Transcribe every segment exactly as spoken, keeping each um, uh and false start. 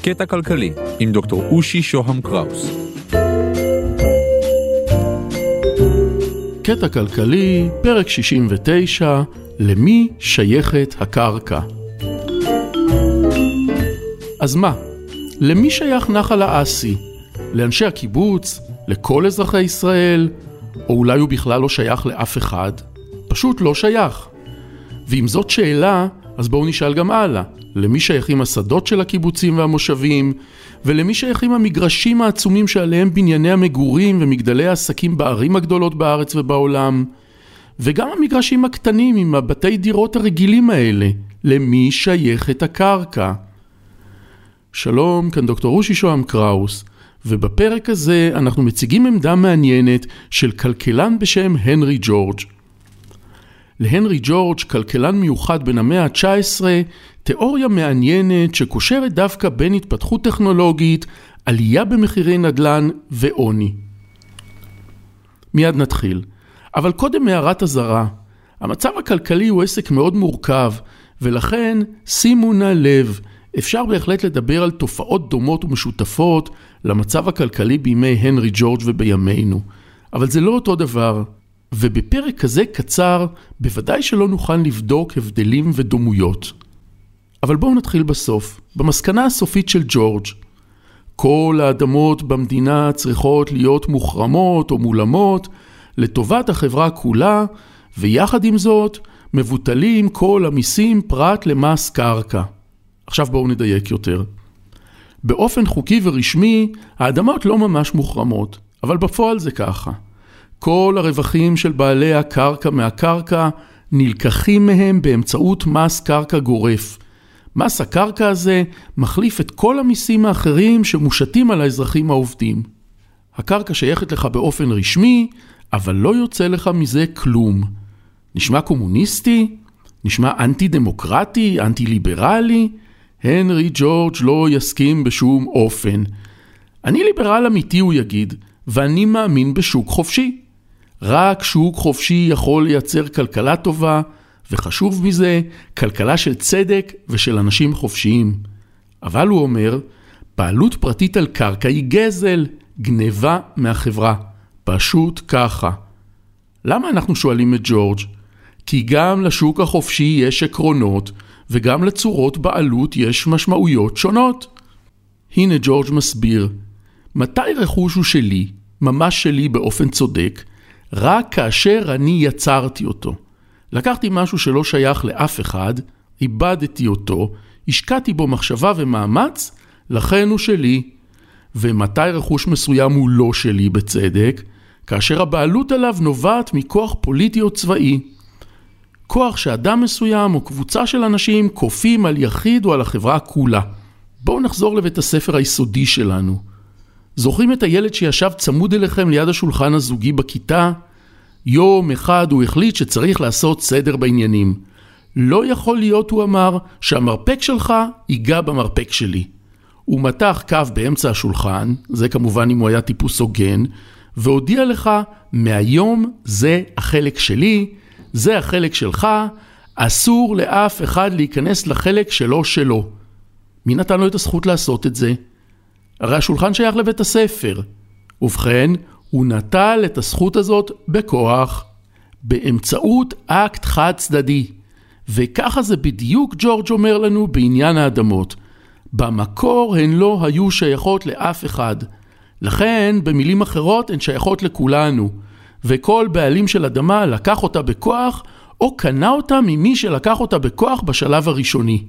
קטע כלכלי עם דוקטור אושי שוהם קראוס. קטע כלכלי, פרק שישים ותשע, למי שייכת הקרקע? אז מה? למי שייך נחל האסי? לאנשי הקיבוץ? לכל אזרחי ישראל? או אולי הוא בכלל לא שייך לאף אחד? פשוט לא שייך. ואם זאת שאלה, אז בואו נשאל גם הלאה. למי שייכים השדות של הקיבוצים והמושבים? ולמי שייכים המגרשים העצומים שעליהם בנייני המגורים ומגדלי העסקים בערים הגדולות בארץ ובעולם? וגם המגרשים הקטנים עם הבתי דירות הרגילים האלה. למי שייכת הקרקע? שלום, כאן דוקטור אושי שוהם קראוס, ובפרק הזה אנחנו מציגים עמדה מעניינת של כלכלן בשם הנרי ג'ורג'. להנרי ג'ורג', כלכלן מיוחד בין המאה ה-תשע עשרה, תיאוריה מעניינת שקושרת דווקא בין התפתחות טכנולוגית, עלייה במחירי נדל"ן ועוני. מיד נתחיל. אבל קודם מערת הזרה. המצב הכלכלי הוא עסק מאוד מורכב, ולכן שימו נא לב, אפשר בהחלט לדבר על תופעות דומות ומשותפות למצב הכלכלי בימי הנרי ג'ורג' ובימינו. אבל זה לא אותו דבר. ובפרק כזה קצר, בוודאי שלא נוכל לבדוק הבדלים ודומויות. אבל בואו נתחיל בסוף, במסקנה הסופית של ג'ורג'. כל האדמות במדינה צריכות להיות מוחרמות או מולמות לטובת החברה כולה, ויחד עם זאת מבוטלים כל המיסים פרט למס קרקע. עכשיו בואו נדייק יותר. באופן חוקי ורשמי, האדמות לא ממש מוחרמות, אבל בפועל זה ככה. כל הרווחים של בעלי הקרקע מהקרקע נלקחים מהם באמצעות מס קרקע גורף. מס הקרקע הזה מחליף את כל המיסים האחרים שמושתים על האזרחים העובדים. הקרקע שייכת לך באופן רשמי, אבל לא יוצא לך מזה כלום. נשמע קומוניסטי? נשמע אנטי דמוקרטי? אנטי ליברלי? הנרי ג'ורג' לא יסכים בשום אופן. אני ליברל אמיתי, הוא יגיד, ואני מאמין בשוק חופשי. רק שוק חופשי יכול לייצר כלכלה טובה, וחשוב מזה, כלכלה של צדק ושל אנשים חופשיים. אבל הוא אומר, בעלות פרטית על קרקע היא גזל, גניבה מהחברה. פשוט ככה. למה אנחנו שואלים את ג'ורג'? כי גם לשוק החופשי יש עקרונות, וגם לצורות בעלות יש משמעויות שונות. הנה ג'ורג' מסביר, מתי רכוש הוא שלי, ממש שלי באופן צודק, רק כאשר אני יצרתי אותו. לקחתי משהו שלא שייך לאף אחד, איבדתי אותו, השקעתי בו מחשבה ומאמץ, לכן הוא שלי. ומתי רכוש מסוים הוא לא שלי בצדק? כאשר הבעלות עליו נובעת מכוח פוליטי או צבאי. כוח שאדם מסוים או קבוצה של אנשים כופים על יחיד או על החברה כולה. בואו נחזור לבית הספר היסודי שלנו. זוכרים את הילד שישב צמוד אליכם ליד השולחן הזוגי בכיתה? יום אחד הוא החליט שצריך לעשות סדר בעניינים. לא יכול להיות, הוא אמר, שהמרפק שלך ייגע במרפק שלי. הוא מתח קו באמצע השולחן, זה כמובן אם הוא היה טיפוס הוגן, והודיע לך, מהיום זה החלק שלי, זה החלק שלך, אסור לאף אחד להיכנס לחלק שלו שלו. מי נתן לו את הזכות לעשות את זה? הרי השולחן שייך לבית הספר. ובכן, הוא נטל את הזכות הזאת בכוח, באמצעות אקט חד צדדי. וככה זה בדיוק ג'ורג' אומר לנו בעניין האדמות. במקור הן לא היו שייכות לאף אחד. לכן, במילים אחרות, הן שייכות לכולנו. וכל בעלים של אדמה לקח אותה בכוח, או קנה אותה ממי שלקח אותה בכוח בשלב הראשוני.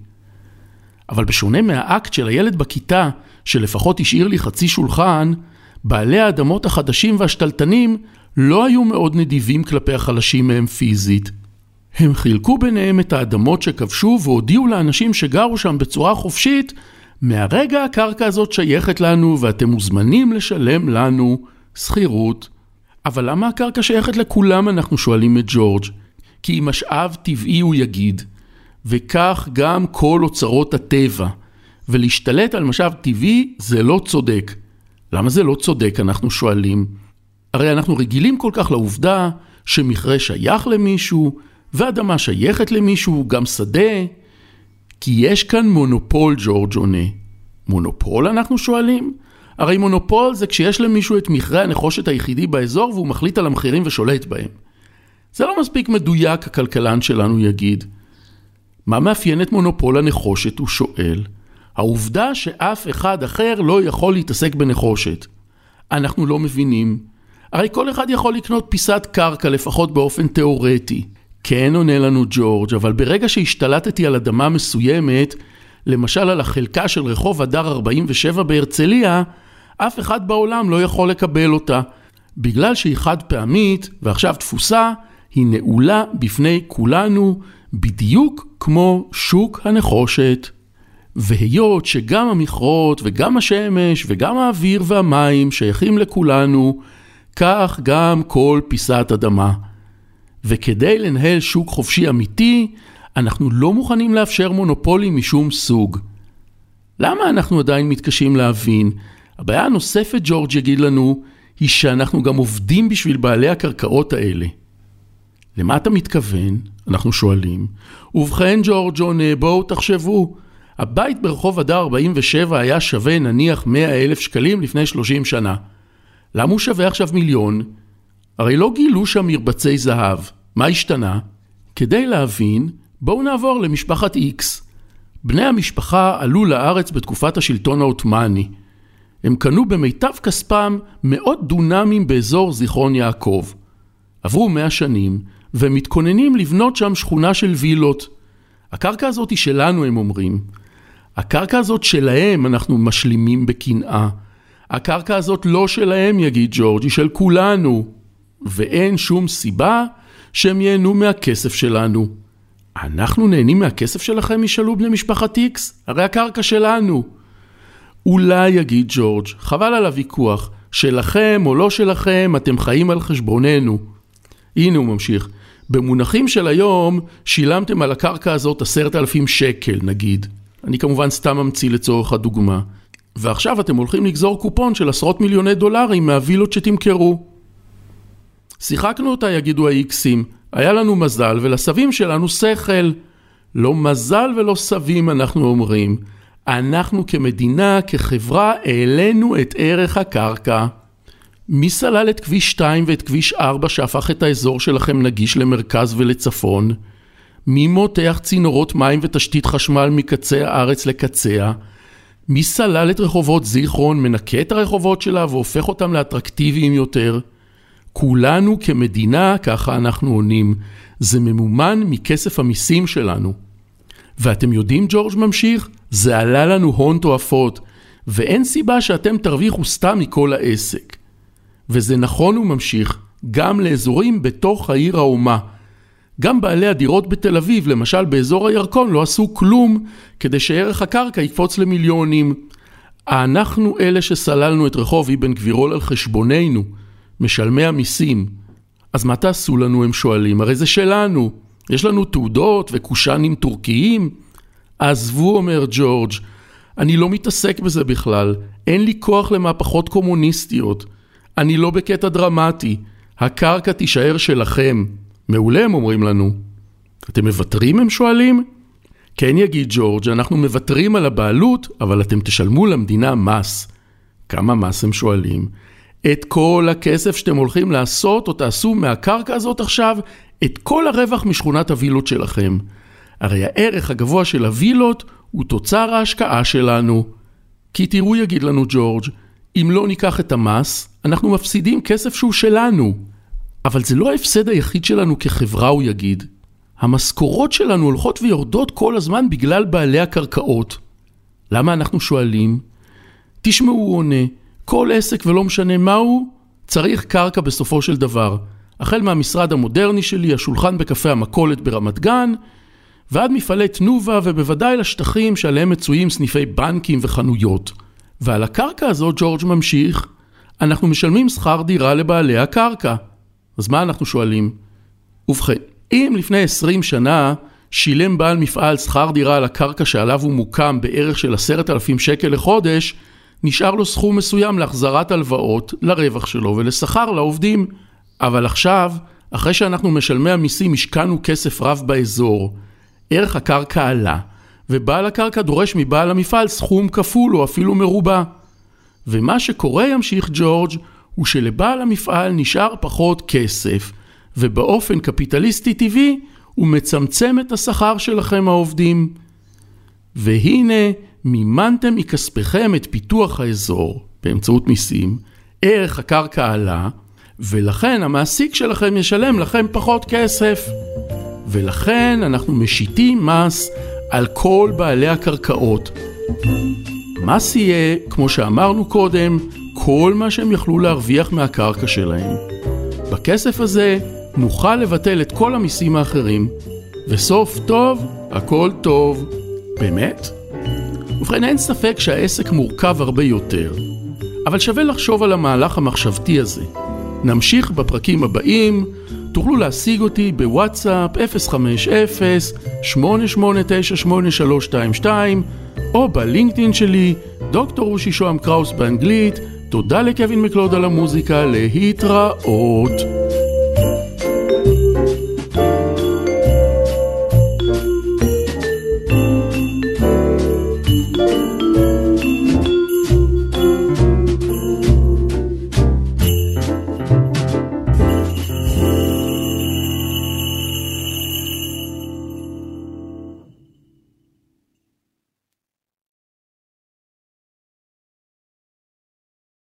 אבל בשונה מהאקט של הילד בכיתה, שלפחות השאיר לי חצי שולחן, בעלי האדמות החדשים והשתלטנים לא היו מאוד נדיבים כלפי החלשים מהם פיזית. הם חילקו ביניהם את האדמות שכבשו והודיעו לאנשים שגרו שם בצורה חופשית, מהרגע הקרקע הזאת שייכת לנו ואתם מוזמנים לשלם לנו שכירות. אבל למה הקרקע שייכת לכולם, אנחנו שואלים את ג'ורג'? כי היא משאב טבעי, הוא יגיד, וכך גם כל אוצרות הטבע. ולהשתלט על משאב טבעי זה לא צודק. למה זה לא צודק, אנחנו שואלים? הרי אנחנו רגילים כל כך לעובדה שמכרה שייך למישהו, ואדמה שייכת למישהו, גם שדה, כי יש כאן מונופול, ג'ורג' עונה. מונופול אנחנו שואלים? הרי מונופול זה כשיש למישהו את מכרה הנחושת היחידי באזור והוא מחליט על המחירים ושולט בהם. זה לא מספיק מדויק, הכלכלן שלנו יגיד. מה מאפיין את מונופול הנחושת, הוא שואל? העובדה שאף אחד אחר לא יכול להתעסק בנחושת. אנחנו לא מבינים. הרי כל אחד יכול לקנות פיסת קרקע לפחות באופן תיאורטי. כן, עונה לנו ג'ורג', אבל ברגע שהשתלטתי על אדמה מסוימת, למשל על החלקה של רחוב הדר ארבעים ושבע בהרצליה, אף אחד בעולם לא יכול לקבל אותה. בגלל שהיא חד פעמית ועכשיו תפוסה, היא נעולה בפני כולנו בדיוק כמו שוק הנחושת. והיות שגם המכרות וגם השמש וגם האוויר והמים שייכים לכולנו, כך גם כל פיסת אדמה. וכדי לנהל שוק חופשי אמיתי, אנחנו לא מוכנים לאפשר מונופולים משום סוג. למה אנחנו עדיין מתקשים להבין? הבעיה הנוספת, ג'ורג' יגיד לנו, היא שאנחנו גם עובדים בשביל בעלי הקרקעות האלה. למה אתה מתכוון? אנחנו שואלים. ובכן, ג'ורג' עונה, בואו תחשבו. הבית ברחוב הדר ארבעים ושבע היה שווה נניח מאה אלף שקלים לפני שלושים שנה. למה הוא שווה עכשיו מיליון? הרי לא גילו שם מרבצי זהב. מה השתנה? כדי להבין, בואו נעבור למשפחת איקס. בני המשפחה עלו לארץ בתקופת השלטון העות'מאני. הם קנו במיטב כספם מאות דונמים באזור זיכרון יעקב. עברו מאה שנים, והם מתכוננים לבנות שם שכונה של וילות. הקרקע הזאת היא שלנו, הם אומרים. הקרקע הזאת שלהם, אנחנו משלימים בקנאה. הקרקע הזאת לא שלהם, יגיד ג'ורג', היא של כולנו. ואין שום סיבה שהם ייהנו מהכסף שלנו. אנחנו נהנים מהכסף שלכם, ישאלו בני משפחת איקס? הרי הקרקע שלנו. אולי, יגיד ג'ורג', חבל על הוויכוח. שלכם או לא שלכם, אתם חיים על חשבוננו. הנה הוא ממשיך. במונחים של היום, שילמתם על הקרקע הזאת עשרת אלפים שקל, נגיד. אני כמובן סתם ממציא לצורך הדוגמה. ועכשיו אתם הולכים לגזור קופון של עשרות מיליוני דולרים מהווילות שתמכרו. שיחקנו אותה, יגידו האיקסים. היה לנו מזל ולסבים שלנו שכל. לא מזל ולא סבים, אנחנו אומרים. אנחנו כמדינה, כחברה, העלינו את ערך הקרקע. מי סלל את כביש שתיים ואת כביש ארבע שהפך את האזור שלכם נגיש למרכז ולצפון? מי מותח צינורות מים ותשתית חשמל מקצה הארץ לקצה? מי סלל את רחובות זיכרון, מנקה את הרחובות שלה והופך אותם לאטרקטיביים יותר? כולנו כמדינה, ככה אנחנו עונים, זה ממומן מכסף המיסים שלנו. ואתם יודעים, ג'ורג' ממשיך, זה עלה לנו הון תועפות, ואין סיבה שאתם תרוויחו סתם מכל העסק. וזה נכון, הוא ממשיך, גם לאזורים בתוך העיר האומה. גם בעלי הדירות בתל אביב, למשל באזור הירקון, לא עשו כלום כדי שערך הקרקע יקפוץ למיליונים. אנחנו אלה שסללנו את רחוב אבן גבירול על חשבוננו, משלמי המיסים. אז מה תעשו לנו, הם שואלים? הרי זה שלנו. יש לנו תעודות וקושנים טורקיים. עזבו, אומר ג'ורג', אני לא מתעסק בזה בכלל. אין לי כוח למהפכות קומוניסטיות. אני לא בקטע דרמטי. הקרקע תישאר שלכם. מעולה, הם אומרים לנו. אתם מבטרים, הם שואלים? כן, יגיד ג'ורג', אנחנו מבטרים על הבעלות, אבל אתם תשלמו למדינה מס. כמה מס, הם שואלים? את כל הכסף שאתם הולכים לעשות או תעשו מהקרקע הזאת עכשיו, את כל הרווח משכונת הווילות שלכם. הרי הערך הגבוה של הווילות הוא תוצר ההשקעה שלנו. כי תראו, יגיד לנו ג'ורג', אם לא ניקח את המס, אנחנו מפסידים כסף שהוא שלנו. אבל זה לא ההפסד היחיד שלנו כחברה, הוא יגיד. המשכורות שלנו הולכות ויורדות כל הזמן בגלל בעלי הקרקעות. למה אנחנו שואלים? תשמעו, הוא עונה, כל עסק ולא משנה מהו, צריך קרקע בסופו של דבר. החל מהמשרד המודרני שלי, השולחן בקפה המכולת ברמת גן, ועד מפעלי תנובה ובוודאי לשטחים שעליהם מצויים סניפי בנקים וחנויות. ועל הקרקע הזאת, ג'ורג' ממשיך, אנחנו משלמים שכר דירה לבעלי הקרקע. אז מה אנחנו שואלים? ובכן, אם לפני עשרים שנה שילם בעל מפעל שכר דירה על הקרקע שעליו הוא מוקם בערך של עשרת אלפים שקל לחודש, נשאר לו סכום מסוים להחזרת הלוואות, לרווח שלו ולשכר לעובדים. אבל עכשיו, אחרי שאנחנו משלמי המיסים השקענו כסף רב באזור, ערך הקרקע עלה, ובעל הקרקע דורש מבעל המפעל סכום כפול או אפילו מרובע. ומה שקורה, ימשיך ג'ורג', הוא שלבעל המפעל נשאר פחות כסף, ובאופן קפיטליסטי טבעי הוא מצמצם את השכר שלכם העובדים. והנה, מימנתם מכספכם את פיתוח האזור באמצעות מיסים, ערך הקרקע עלה, ולכן המעסיק שלכם ישלם לכם פחות כסף. ולכן אנחנו משיתים מס על כל בעלי הקרקעות. מס יהיה, כמו שאמרנו קודם, כל מה שהם יכלו להרוויח מהקרקע שלהם. בכסף הזה נוכל לבטל את כל המיסים האחרים, וסוף טוב, הכל טוב. באמת? ובכן, אין ספק שהעסק מורכב הרבה יותר, אבל שווה לחשוב על המהלך המחשבתי הזה. נמשיך בפרקים הבאים, תוכלו להשיג אותי בוואטסאפ אפס חמש אפס שמונה שמונה תשע שמונה שלוש שתיים שתיים, או בלינקדאין שלי, דוקטור אושי שוהם קראוס באנגלית. תודה לקווין מקלוד על המוזיקה, להתראות.